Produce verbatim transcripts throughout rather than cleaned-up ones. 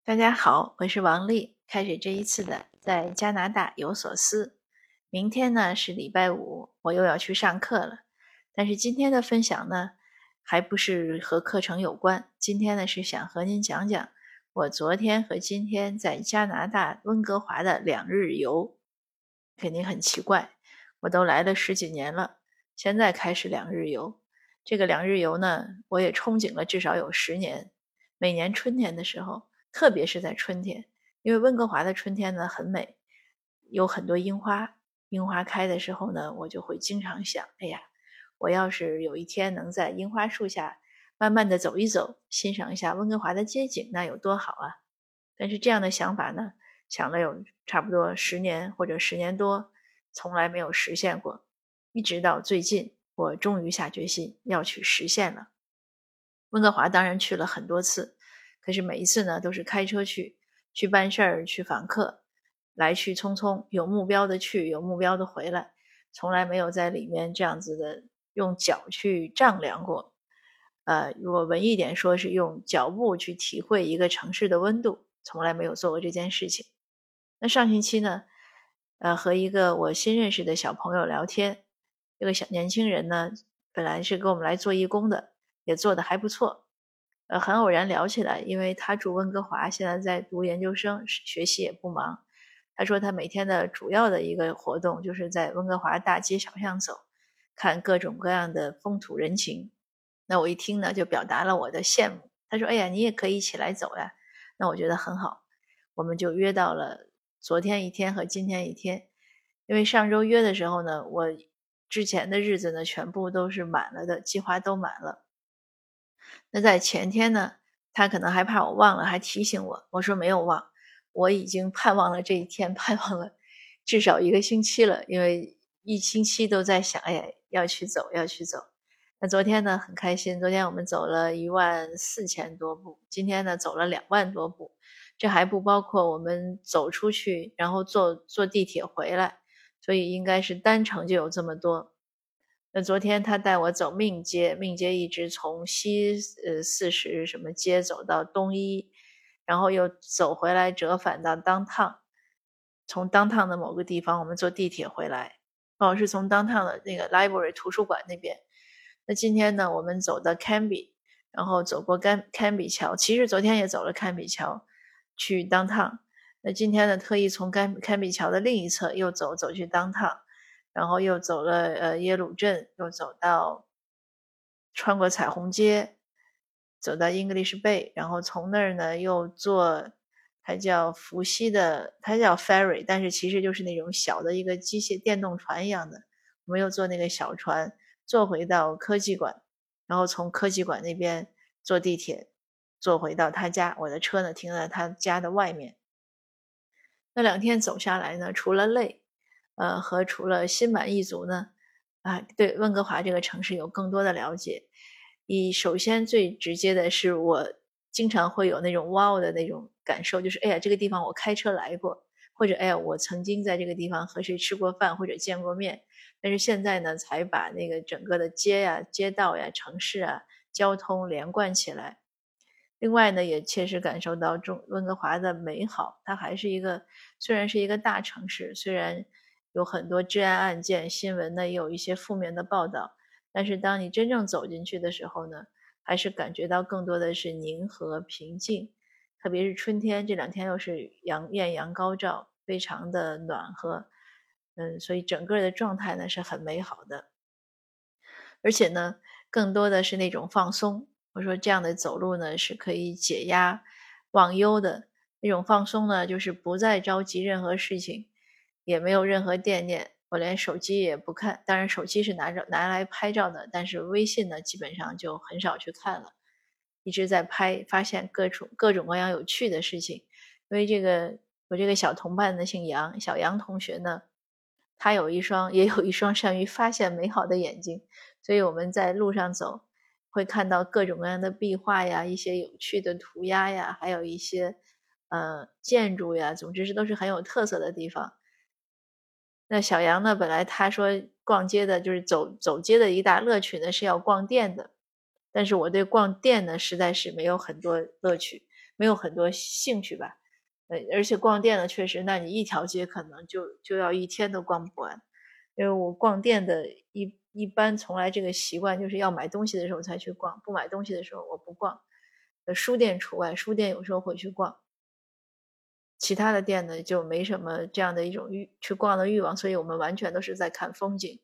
大家好，我是王丽，开始这一次的在加拿大有所思。明天呢是礼拜五，我又要去上课了。但是今天的分享呢，还不是和课程有关。今天呢是想和您讲讲我昨天和今天在加拿大温哥华的两日游。肯定很奇怪，我都来了十几年了，现在开始两日游。这个两日游呢，我也憧憬了至少有十年。每年春天的时候，特别是在春天，因为温哥华的春天呢很美，有很多樱花，樱花开的时候呢，我就会经常想，哎呀，我要是有一天能在樱花树下慢慢的走一走，欣赏一下温哥华的街景，那有多好啊。但是这样的想法呢，想了有差不多十年或者十年多，从来没有实现过。一直到最近，我终于下决心要去实现了。温哥华当然去了很多次，可是每一次呢都是开车去，去办事儿，去访客，来去匆匆，有目标的去，有目标的回来，从来没有在里面这样子的用脚去丈量过。呃，如果文艺点说，是用脚步去体会一个城市的温度，从来没有做过这件事情。那上星期呢，呃，和一个我新认识的小朋友聊天，这个小年轻人呢，本来是给我们来做义工的，也做得还不错。呃，很偶然聊起来，因为他住温哥华，现在在读研究生，学习也不忙。他说他每天的主要的一个活动就是在温哥华大街小巷走，看各种各样的风土人情。那我一听呢，就表达了我的羡慕。他说：“哎呀，你也可以一起来走呀。”那我觉得很好，我们就约到了昨天一天和今天一天。因为上周约的时候呢，我之前的日子呢全部都是满了的，计划都满了。那在前天呢，他可能还怕我忘了，还提醒我。我说没有忘，我已经盼望了这一天，盼望了至少一个星期了，因为一星期都在想，哎呀，要去走，要去走。那昨天呢，很开心，昨天我们走了一万四千多步，今天呢走了两万多步，这还不包括我们走出去，然后坐坐地铁回来，所以应该是单程就有这么多。那昨天他带我走命街，命街一直从西呃四十什么街走到东一，然后又走回来折返到 downtown， 从 downtown 的某个地方我们坐地铁回来，哦，是从 downtown 的那个 library 图书馆那边。那今天呢，我们走到 Cambie， 然后走过 Cambie 桥，其实昨天也走了 Cambie 桥去 downtown。那今天呢，特意从 Cambie 桥的另一侧又走走去 downtown。然后又走了呃耶鲁镇，又走到穿过彩虹街，走到 English Bay， 然后从那儿呢又坐它叫伏羲的，它叫 ferry， 但是其实就是那种小的一个机械电动船一样的，我们又坐那个小船坐回到科技馆，然后从科技馆那边坐地铁坐回到他家，我的车呢停在他家的外面。那两天走下来呢，除了累呃，和除了心满意足呢，啊，对温哥华这个城市有更多的了解。以首先最直接的是，我经常会有那种 wow 的那种感受，就是哎呀，这个地方我开车来过，或者哎呀，我曾经在这个地方和谁吃过饭或者见过面，但是现在呢，才把那个整个的街呀、街道呀、城市啊、交通连贯起来。另外呢，也切实感受到中温哥华的美好，它还是一个虽然是一个大城市，虽然有很多治安案件，新闻呢也有一些负面的报道，但是当你真正走进去的时候呢，还是感觉到更多的是宁和平静。特别是春天，这两天又是阳艳阳高照，非常的暖和，嗯，所以整个的状态呢是很美好的。而且呢，更多的是那种放松。我说这样的走路呢是可以解压忘忧的，那种放松呢就是不再着急任何事情，也没有任何惦念，我连手机也不看，当然手机是拿着拿来拍照的，但是微信呢基本上就很少去看了，一直在拍，发现各种各种各样有趣的事情。因为这个我这个小同伴呢姓杨，小杨同学呢，他有一双也有一双善于发现美好的眼睛，所以我们在路上走会看到各种各样的壁画呀，一些有趣的涂鸦呀，还有一些呃建筑呀，总之是都是很有特色的地方。那小杨呢，本来他说逛街的就是走走街的一大乐趣呢是要逛店的，但是我对逛店呢实在是没有很多乐趣， 没有很多兴趣吧。呃，而且逛店呢，确实，那你一条街可能就就要一天都逛不完。因为我逛店的一一般从来这个习惯就是要买东西的时候才去逛，不买东西的时候我不逛。呃，书店除外，书店有时候会去逛。其他的店呢，就没什么这样的一种欲去逛的欲望，所以我们完全都是在看风景。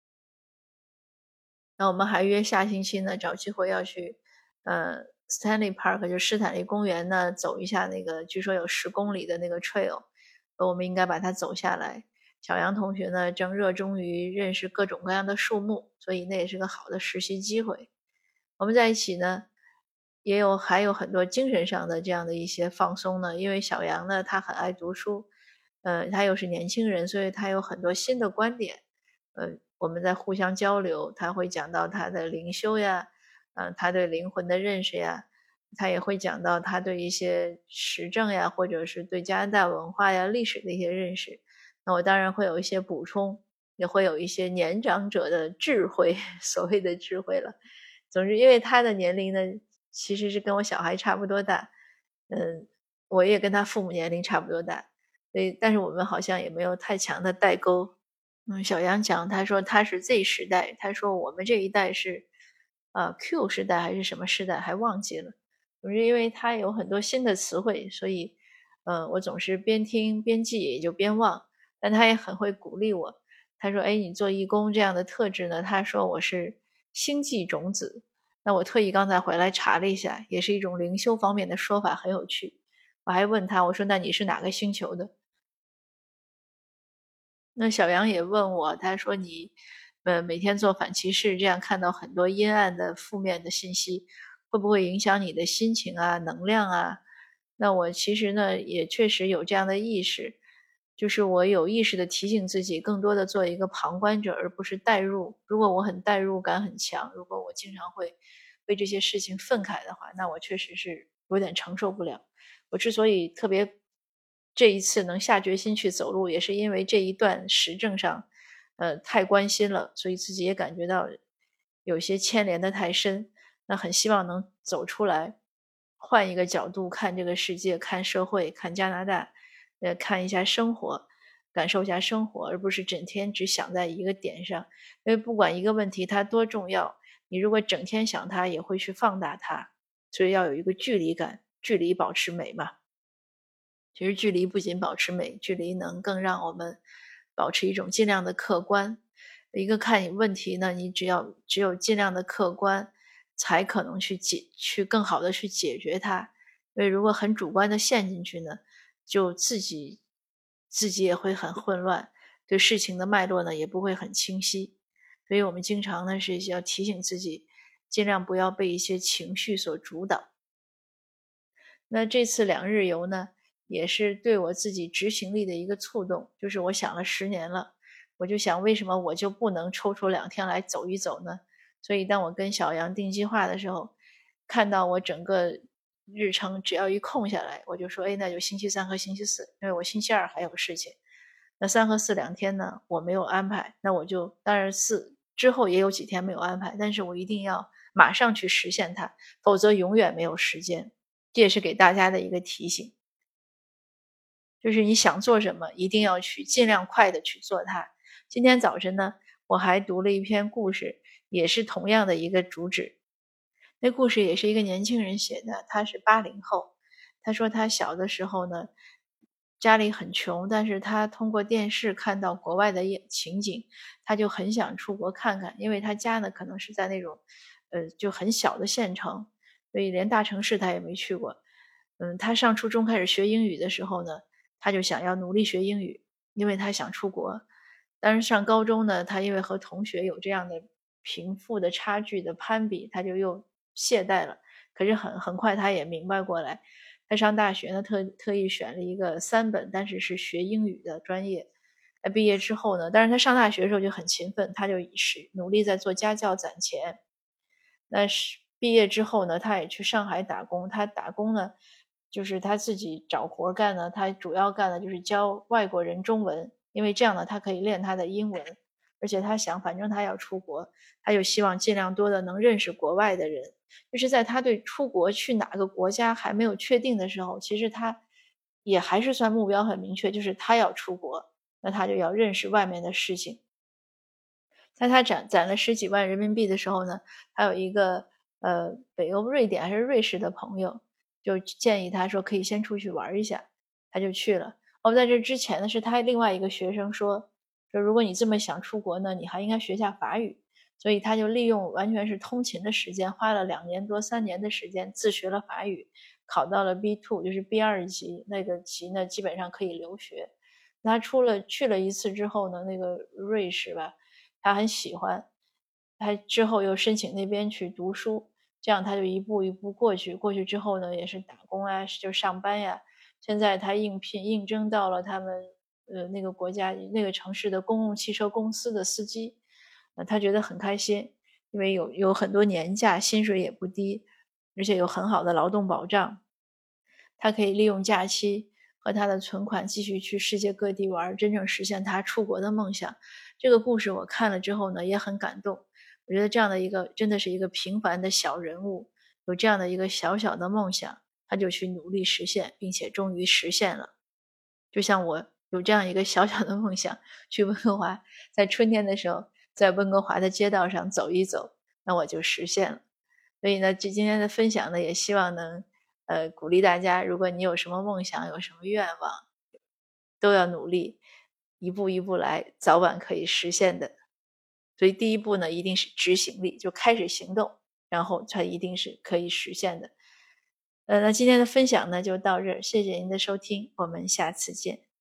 那我们还约下星期呢，找机会要去，呃，Stanley Park 就是斯坦利公园呢，走一下那个据说有十公里的那个 trail，呃我们应该把它走下来。小杨同学呢，正热衷于认识各种各样的树木，所以那也是个好的实习机会。我们在一起呢，也有还有很多精神上的这样的一些放松呢，因为小杨呢，他很爱读书，呃，他又是年轻人，所以他有很多新的观点。呃，我们在互相交流，他会讲到他的灵修呀，呃，他对灵魂的认识呀，他也会讲到他对一些时政呀，或者是对加拿大文化呀、历史的一些认识。那我当然会有一些补充，也会有一些年长者的智慧，所谓的智慧了。总之因为他的年龄呢，其实是跟我小孩差不多大，嗯，我也跟他父母年龄差不多大，所以但是我们好像也没有太强的代沟。嗯，小杨讲，他说他是 Z 时代，他说我们这一代是，呃，Q 时代还是什么时代，还忘记了。总之因为他有很多新的词汇，所以，呃，我总是边听边记，也就边忘。但他也很会鼓励我，他说：“哎，你做义工这样的特质呢？”他说我是星际种子。那我特意刚才回来查了一下，也是一种灵修方面的说法，很有趣。我还问他，我说：“那你是哪个星球的？”那小杨也问我，他说你，呃，每天做反歧视，这样看到很多阴暗的负面的信息，会不会影响你的心情啊、能量啊？那我其实呢，也确实有这样的意识，就是我有意识的提醒自己，更多的做一个旁观者，而不是代入。如果我很代入感很强，如果我经常会为这些事情愤慨的话，那我确实是有点承受不了。我之所以特别这一次能下决心去走路，也是因为这一段时政上，呃，太关心了，所以自己也感觉到有些牵连的太深。那很希望能走出来，换一个角度看这个世界，看社会，看加拿大，呃，看一下生活，感受一下生活，而不是整天只想在一个点上。因为不管一个问题它多重要，你如果整天想它，也会去放大它，所以要有一个距离感，距离保持美嘛。其实距离不仅保持美，距离能更让我们保持一种尽量的客观。一个看你问题呢，你只要只有尽量的客观，才可能去解去更好的去解决它。因为如果很主观的陷进去呢，就自己自己也会很混乱，对事情的脉络呢也不会很清晰。所以我们经常呢是要提醒自己，尽量不要被一些情绪所主导。那这次两日游呢，也是对我自己执行力的一个触动，就是我想了十年了，我就想为什么我就不能抽出两天来走一走呢？所以当我跟小杨定计划的时候，看到我整个日程只要一空下来，我就说，哎，那就星期三和星期四，因为我星期二还有事情。那三和四两天呢，我没有安排，那我就当然四之后也有几天没有安排，但是我一定要马上去实现它，否则永远没有时间。这也是给大家的一个提醒，就是你想做什么，一定要去尽量快的去做它。今天早晨呢，我还读了一篇故事，也是同样的一个主旨。那故事也是一个年轻人写的，他是八零后。他说他小的时候呢，家里很穷，但是他通过电视看到国外的情景，他就很想出国看看，因为他家呢可能是在那种呃就很小的县城，所以连大城市他也没去过。嗯，他上初中开始学英语的时候呢，他就想要努力学英语，因为他想出国。但是上高中呢，他因为和同学有这样的贫富的差距的攀比，他就又懈怠了。可是很很快他也明白过来，他上大学呢，特特意选了一个三本，但是是学英语的专业。在毕业之后呢，但是他上大学的时候就很勤奋，他就以是努力在做家教攒钱。那是毕业之后呢，他也去上海打工。他打工呢，就是他自己找活干呢，他主要干的就是教外国人中文，因为这样呢，他可以练他的英文。而且他想，反正他要出国，他就希望尽量多的能认识国外的人， 就是在他对出国去哪个国家还没有确定的时候，其实他也还是算目标很明确，就是他要出国，那他就要认识外面的事情。在他攒攒了十几万人民币的时候呢，还有一个呃北欧瑞典还是瑞士的朋友，就建议他说可以先出去玩一下，他就去了。哦，在这之前呢，是他另外一个学生说说如果你这么想出国呢，你还应该学下法语。所以他就利用完全是通勤的时间，花了两年多三年的时间自学了法语，考到了 B二， 就是 B 二 级，那个级呢基本上可以留学。他出了去了一次之后呢，那个瑞士吧，他很喜欢，他之后又申请那边去读书，这样他就一步一步过去。过去之后呢，也是打工啊，就上班呀。现在他应聘应征到了他们呃那个国家那个城市的公共汽车公司的司机，呃，他觉得很开心，因为有有很多年假，薪水也不低，而且有很好的劳动保障。他可以利用假期和他的存款继续去世界各地玩，真正实现他出国的梦想。这个故事我看了之后呢，也很感动。我觉得这样的一个真的是一个平凡的小人物，有这样的一个小小的梦想，他就去努力实现，并且终于实现了。就像我有这样一个小小的梦想，去温哥华，在春天的时候，在温哥华的街道上走一走，那我就实现了。所以呢，这今天的分享呢，也希望能呃鼓励大家，如果你有什么梦想，有什么愿望，都要努力，一步一步来，早晚可以实现的。所以第一步呢，一定是执行力，就开始行动，然后它一定是可以实现的。呃，那今天的分享呢就到这儿，谢谢您的收听，我们下次见。